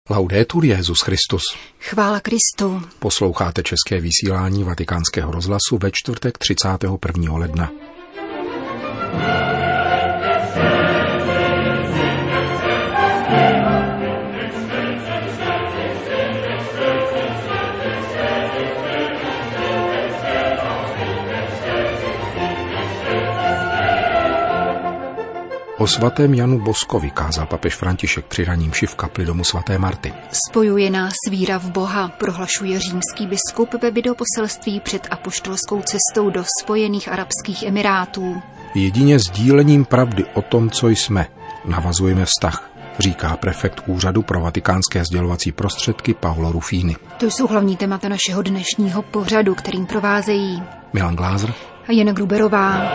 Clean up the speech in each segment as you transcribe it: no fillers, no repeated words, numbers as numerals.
Laudetur Jesus Christus. Chvála Kristu. Posloucháte české vysílání Vatikánského rozhlasu ve čtvrtek 31. ledna. O svatém Janu Boskovi kázal papež František při ranní mši v kapli domu svaté Marty. Spojuje nás víra v Boha, prohlašuje římský biskup ve videoposelství před apoštolskou cestou do Spojených arabských emirátů. Jedině sdílením pravdy o tom, co jsme, navazujeme vztah, říká prefekt úřadu pro vatikánské sdělovací prostředky Paolo Ruffini. To jsou hlavní témata našeho dnešního pořadu, kterým provázejí Milan Glázer a Jana Gruberová.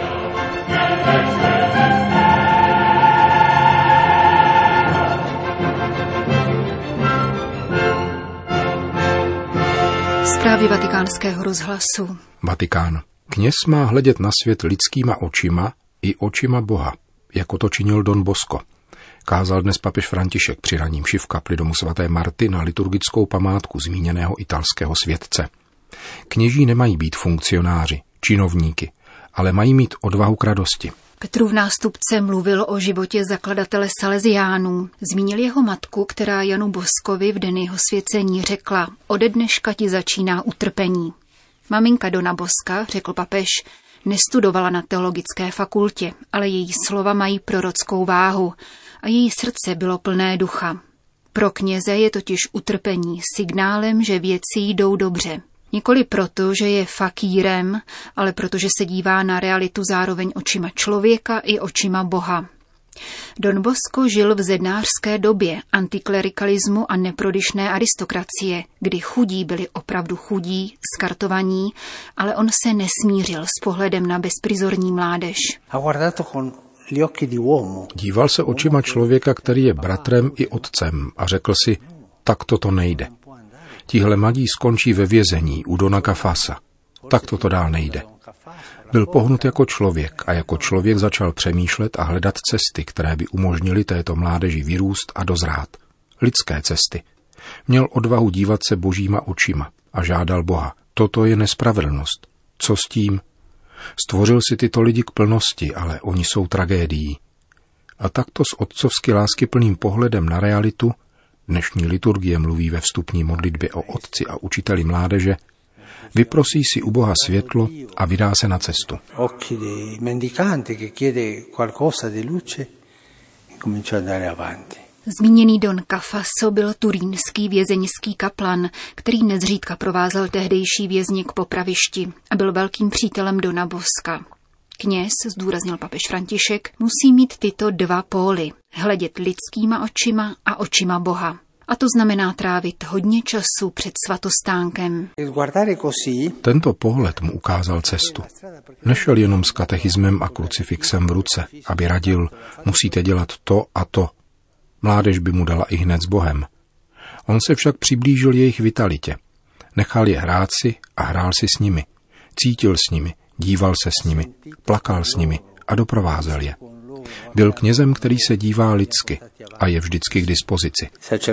Zprávy Vatikánského rozhlasu. Vatikán. Kněz má hledět na svět lidskýma očima i očima Boha, jako to činil Don Bosco. Kázal dnes papež František při ranní mši v kapli domu svaté Marty na liturgickou památku zmíněného italského světce. Kněží nemají být funkcionáři, činovníky, ale mají mít odvahu k radosti. Petrův nástupce mluvil o životě zakladatele Salesiánů. Zmínil jeho matku, která Janu Boskovi v den jeho svěcení řekla: ode dneška ti začíná utrpení. Maminka Dona Boska, řekl papež, nestudovala na teologické fakultě, ale její slova mají prorockou váhu a její srdce bylo plné ducha. Pro kněze je totiž utrpení signálem, že věci jdou dobře. Nikoli proto, že je fakírem, ale protože se dívá na realitu zároveň očima člověka i očima Boha. Don Bosco žil v zednářské době antiklerikalismu a neprodyšné aristokracie, kdy chudí byli opravdu chudí, skartovaní, ale on se nesmířil s pohledem na bezprizorní mládež. Díval se očima člověka, který je bratrem i otcem, a řekl si, tak toto nejde. Tihle mladí skončí ve vězení u Dona Cafasa. Tak toto dál nejde. Byl pohnut jako člověk a jako člověk začal přemýšlet a hledat cesty, které by umožnily této mládeži vyrůst a dozrát. Lidské cesty. Měl odvahu dívat se božíma očima a žádal Boha. Toto je nespravedlnost. Co s tím? Stvořil si tyto lidi k plnosti, ale oni jsou tragédií. A takto s otcovsky láskyplným pohledem na realitu dnešní liturgie mluví ve vstupní modlitbě o otci a učiteli mládeže, vyprosí si u Boha světlo a vydá se na cestu. Zmíněný Don Cafaso byl turínský vězeňský kaplan, který nezřídka provázel tehdejší vězni k popravišti a byl velkým přítelem Dona Boska. Kněz, zdůraznil papež František, musí mít tyto dva póly, hledět lidskýma očima a očima Boha. A to znamená trávit hodně času před svatostánkem. Tento pohled mu ukázal cestu. Nešel jenom s katechismem a krucifixem v ruce, aby radil, musíte dělat to a to. Mládež by mu dala i hned s Bohem. On se však přiblížil jejich vitalitě. Nechal je hrát si a hrál si s nimi. Cítil s nimi, díval se s nimi, plakal s nimi a doprovázel je. Byl knězem, který se dívá lidsky a je vždycky k dispozici.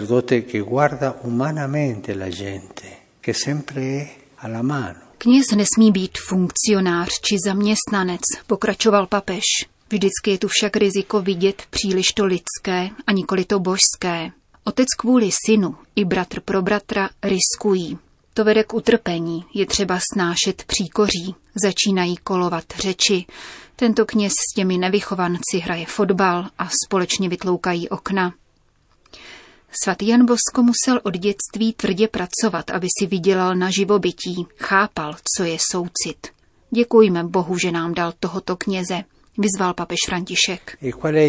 Kněz nesmí být funkcionář či zaměstnanec, pokračoval papež. Vždycky je tu však riziko vidět příliš to lidské a nikoli to božské. Otec kvůli synu i bratr pro bratra riskují. To vede k utrpení, je třeba snášet příkoří, začínají kolovat řeči. Tento kněz s těmi nevychovanci hraje fotbal a společně vytloukají okna. Svatý Jan Bosko musel od dětství tvrdě pracovat, aby si vydělal na živobytí, chápal, co je soucit. Děkujme Bohu, že nám dal tohoto kněze, vyzval papež František.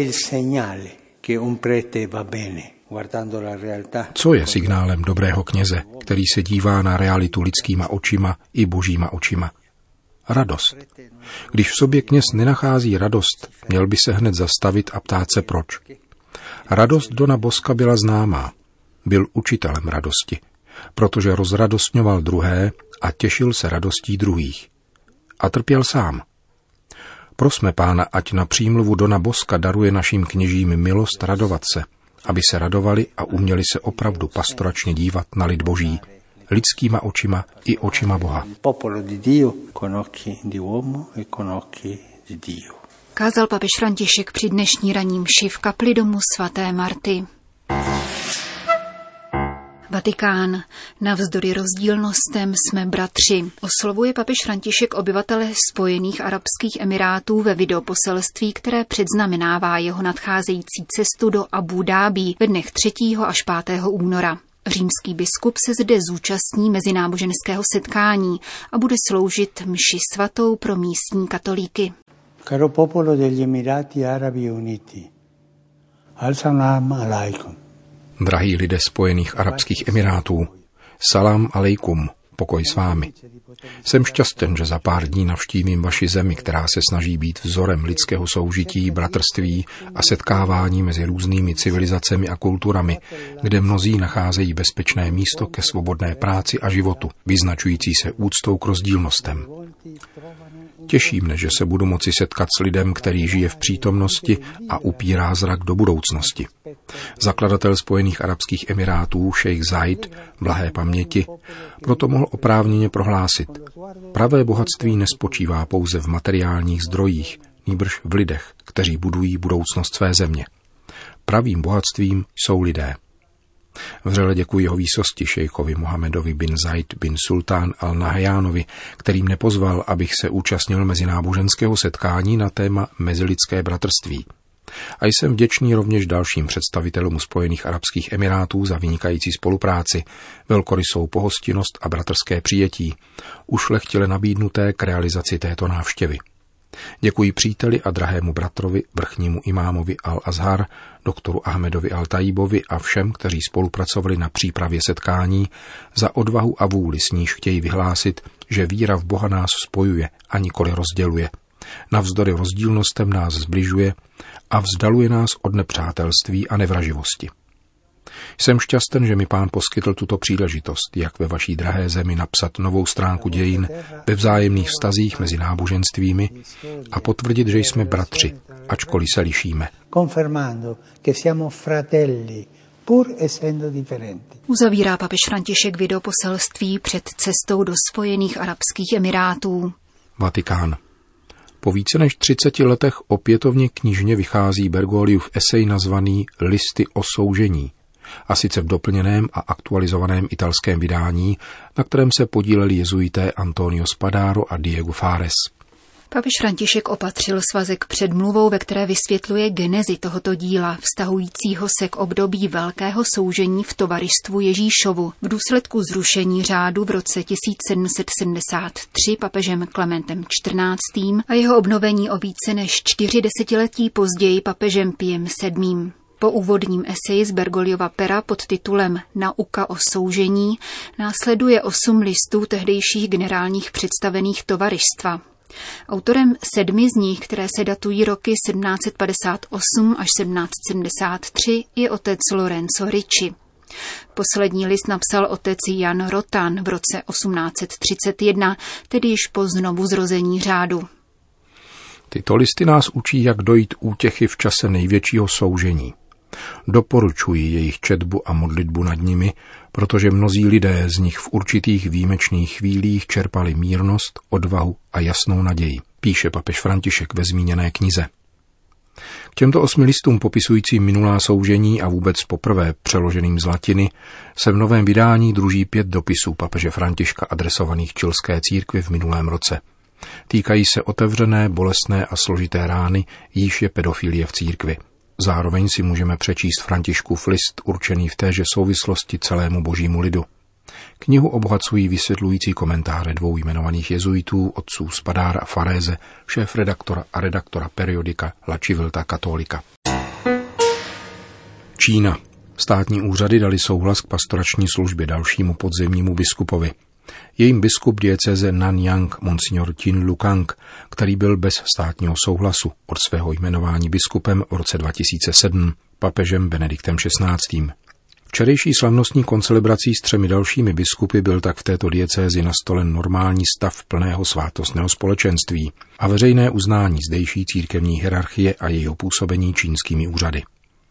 Co je signálem dobrého kněze, který se dívá na realitu lidskýma očima i božíma očima? Radost. Když v sobě kněz nenachází radost, měl by se hned zastavit a ptát se proč. Radost Dona Boska byla známá. Byl učitelem radosti, protože rozradostňoval druhé a těšil se radostí druhých. A trpěl sám. Prosme Pána, ať na přímluvu Dona Boska daruje našim kněžím milost radovat se aby se radovali a uměli se opravdu pastoračně dívat na lid Boží, lidskýma očima i očima Boha. Kázal papež František při dnešní ranní mši v kapli domu svaté Marty. Vatikán. Navzdory rozdílnostem jsme bratři. Oslovuje papež František obyvatele Spojených arabských emirátů ve videoposelství, které předznamenává jeho nadcházející cestu do Abu Dhabí ve dnech 3. až 5. února. Římský biskup se zde zúčastní mezináboženského setkání a bude sloužit mši svatou pro místní katolíky. Caro popolo degli Emirati Arabi Uniti, al-salam alaikum. Drahí lidé Spojených arabských emirátů, salam alejkum, pokoj s vámi. Jsem šťasten, že za pár dní navštívím vaši zemi, která se snaží být vzorem lidského soužití, bratrství a setkávání mezi různými civilizacemi a kulturami, kde mnozí nacházejí bezpečné místo ke svobodné práci a životu, vyznačující se úctou k rozdílnostem. Těší mne, že se budu moci setkat s lidem, který žije v přítomnosti a upírá zrak do budoucnosti. Zakladatel Spojených arabských emirátů, šejch Zajed, blahé paměti, proto mohl oprávněně prohlásit: pravé bohatství nespočívá pouze v materiálních zdrojích, nýbrž v lidech, kteří budují budoucnost své země. Pravým bohatstvím jsou lidé. Vřele děkuji jeho výsosti šejchovi Mohamedovi bin Zajed bin Sultán al-Nahjánovi, který mne pozval, abych se účastnil mezináboženského setkání na téma mezilidské bratrství. A jsem vděčný rovněž dalším představitelům Spojených arabských emirátů za vynikající spolupráci, velkorysou pohostinnost a bratrské přijetí, ušlechtile nabídnuté k realizaci této návštěvy. Děkuji příteli a drahému bratrovi, vrchnímu imámovi Al-Azhar, doktoru Ahmedovi Al-Tajibovi a všem, kteří spolupracovali na přípravě setkání, za odvahu a vůli, s níž chtějí vyhlásit, že víra v Boha nás spojuje a nikoli rozděluje. Navzdory rozdílnostem nás zbližuje a vzdaluje nás od nepřátelství a nevraživosti. Jsem šťasten, že mi Pán poskytl tuto příležitost, jak ve vaší drahé zemi napsat novou stránku dějin ve vzájemných vztazích mezi náboženstvími a potvrdit, že jsme bratři, ačkoliv se lišíme. Uzavírá papež František videoposelství před cestou do Spojených arabských emirátů. Vatikán. Po více než 30 letech opětovně knižně vychází Bergoliův esej nazvaný Listy o soužení, a sice v doplněném a aktualizovaném italském vydání, na kterém se podíleli jezuité Antonio Spadaro a Diego Fares. Papež František opatřil svazek předmluvou, ve které vysvětluje genezi tohoto díla, vztahujícího se k období velkého soužení v tovarištvu Ježíšovu v důsledku zrušení řádu v roce 1773 papežem Klementem XIV. A jeho obnovení o více než 4 desetiletí později papežem Piem VII. Po úvodním eseji z Bergoliova pera pod titulem Nauka o soužení následuje 8 listů tehdejších generálních představených tovarištva. Autorem 7 z nich, které se datují roky 1758 až 1773, je otec Lorenzo Ricci. Poslední list napsal otec Jan Rotan v roce 1831, tedy již po znovuzrození řádu. Tyto listy nás učí, jak dojít útěchy v čase největšího soužení. Doporučuji jejich četbu a modlitbu nad nimi, protože mnozí lidé z nich v určitých výjimečných chvílích čerpali mírnost, odvahu a jasnou naději, píše papež František ve zmíněné knize. K těmto 8 listům popisujícím minulá soužení a vůbec poprvé přeloženým z latiny se v novém vydání druží 5 dopisů papeže Františka adresovaných chilské církvi v minulém roce. Týkají se otevřené, bolestné a složité rány, jíž je pedofilie v církvi. Zároveň si můžeme přečíst Františkův list určený v téže souvislosti celému božímu lidu. Knihu obohacují vysvětlující komentáře 2 jmenovaných jezuitů, otců Spadára a Farese, šéfredaktora a redaktora periodika La Civiltà Cattolica. Čína. Státní úřady dali souhlas k pastorační službě dalšímu podzemnímu biskupovi. Jejím biskup diecéze Nanyang, monsignor Tin Lukang, který byl bez státního souhlasu od svého jmenování biskupem v roce 2007 papežem Benediktem XVI. Včerejší slavnostní koncelebrací s 3 dalšími biskupy byl tak v této diecézi nastolen normální stav plného svátostného společenství a veřejné uznání zdejší církevní hierarchie a jejího působení čínskými úřady.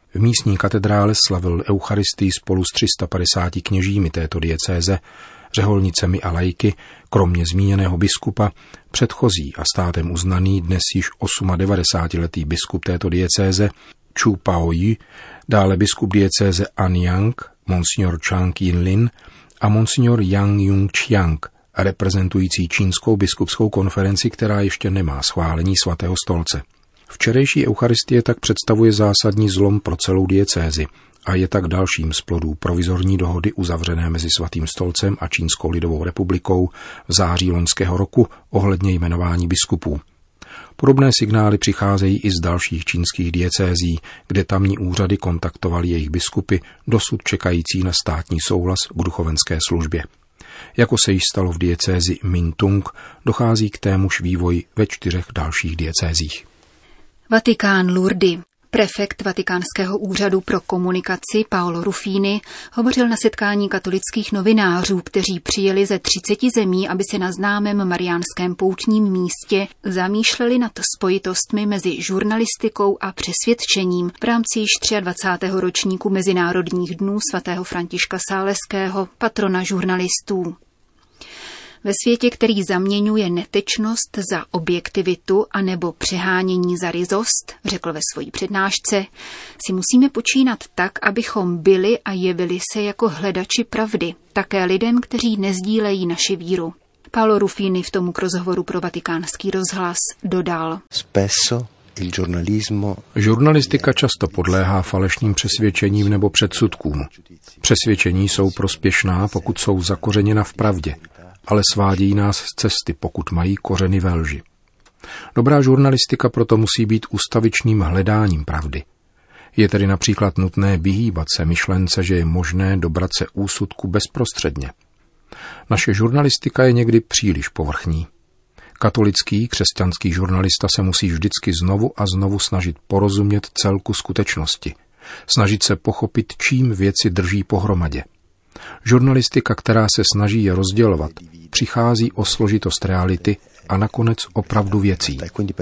V místní katedrále slavil eucharistii spolu s 350 kněžími této diecéze, řeholnicemi a laiky, kromě zmíněného biskupa, předchozí a státem uznaný dnes již 98letý biskup této diecéze Chu Paoyu, dále biskup diecéze Anyang, monsignor Chang Yin-lin a monsignor Yang Yung-chiang, reprezentující čínskou biskupskou konferenci, která ještě nemá schválení svatého stolce. Včerejší eucharistie tak představuje zásadní zlom pro celou diecézi a je tak dalším z plodů provizorní dohody uzavřené mezi svatým stolcem a Čínskou lidovou republikou v září loňského roku ohledně jmenování biskupů. Podobné signály přicházejí i z dalších čínských diecézí, kde tamní úřady kontaktovaly jejich biskupy, dosud čekající na státní souhlas k duchovenské službě. Jako se již stalo v diecézi Mintung, dochází k témuž vývoji ve 4 dalších diecézích. Vatikán Lourdes. Prefekt Vatikánského úřadu pro komunikaci Paolo Ruffini hovořil na setkání katolických novinářů, kteří přijeli ze 30 zemí, aby se na známém mariánském poutním místě zamýšleli nad spojitostmi mezi žurnalistikou a přesvědčením v rámci již 23. ročníku Mezinárodních dnů svatého Františka Sáleského, patrona žurnalistů. Ve světě, který zaměňuje netečnost za objektivitu anebo přehánění za ryzost, řekl ve své přednášce, si musíme počínat tak, abychom byli a jevili se jako hledači pravdy, také lidem, kteří nezdílejí naši víru. Paolo Ruffini v tomu k rozhovoru pro Vatikánský rozhlas dodal. Žurnalistika často podléhá falešným přesvědčením nebo předsudkům. Přesvědčení jsou prospěšná, pokud jsou zakořeněna v pravdě, ale svádějí nás z cesty, pokud mají kořeny ve lži. Dobrá žurnalistika proto musí být ustavičným hledáním pravdy. Je tedy například nutné vyhýbat se myšlence, že je možné dobrat se úsudku bezprostředně. Naše žurnalistika je někdy příliš povrchní. Katolický, křesťanský žurnalista se musí vždycky znovu a znovu snažit porozumět celku skutečnosti. Snažit se pochopit, čím věci drží pohromadě. Žurnalistika, která se snaží je rozdělovat, přichází o složitost reality a nakonec o pravdu věcí.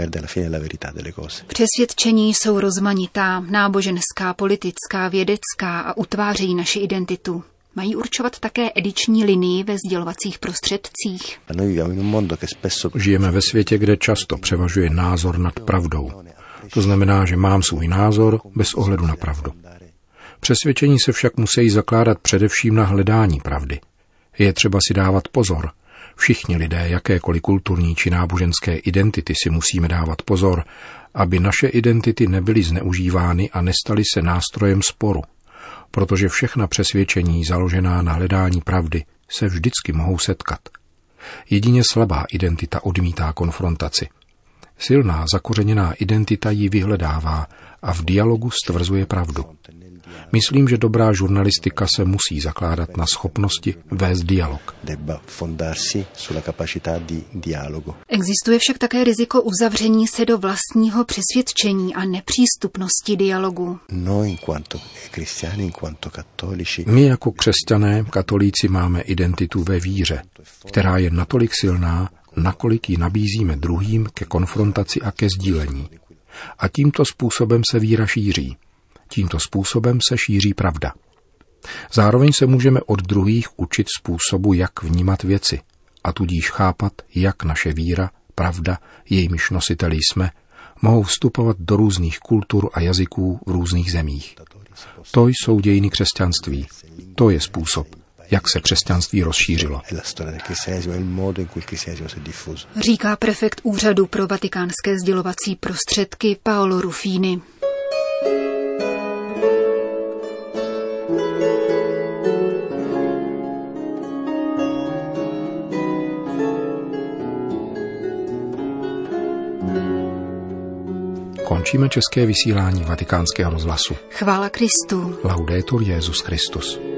Přesvědčení jsou rozmanitá, náboženská, politická, vědecká a utvářejí naši identitu. Mají určovat také ediční linii ve sdělovacích prostředcích. Žijeme ve světě, kde často převažuje názor nad pravdou. To znamená, že mám svůj názor bez ohledu na pravdu. Přesvědčení se však musí zakládat především na hledání pravdy. Je třeba si dávat pozor. Všichni lidé jakékoliv kulturní či náboženské identity si musíme dávat pozor, aby naše identity nebyly zneužívány a nestaly se nástrojem sporu. Protože všechna přesvědčení založená na hledání pravdy se vždycky mohou setkat. Jedině slabá identita odmítá konfrontaci. Silná, zakořeněná identita ji vyhledává a v dialogu stvrzuje pravdu. Myslím, že dobrá žurnalistika se musí zakládat na schopnosti vést dialog. Existuje však také riziko uzavření se do vlastního přesvědčení a nepřístupnosti dialogu. My jako křesťané, katolíci máme identitu ve víře, která je natolik silná, nakolik ji nabízíme druhým ke konfrontaci a ke sdílení. A tímto způsobem se víra šíří. Tímto způsobem se šíří pravda. Zároveň se můžeme od druhých učit způsobu, jak vnímat věci a tudíž chápat, jak naše víra, pravda, jejímiž nositeli jsme, mohou vstupovat do různých kultur a jazyků v různých zemích. To jsou dějiny křesťanství. To je způsob, jak se křesťanství rozšířilo. Říká prefekt úřadu pro vatikánské sdělovací prostředky Paolo Ruffini. Končíme české vysílání Vatikánského rozhlasu. Chvála Kristu. Laudetur Jesus Christus.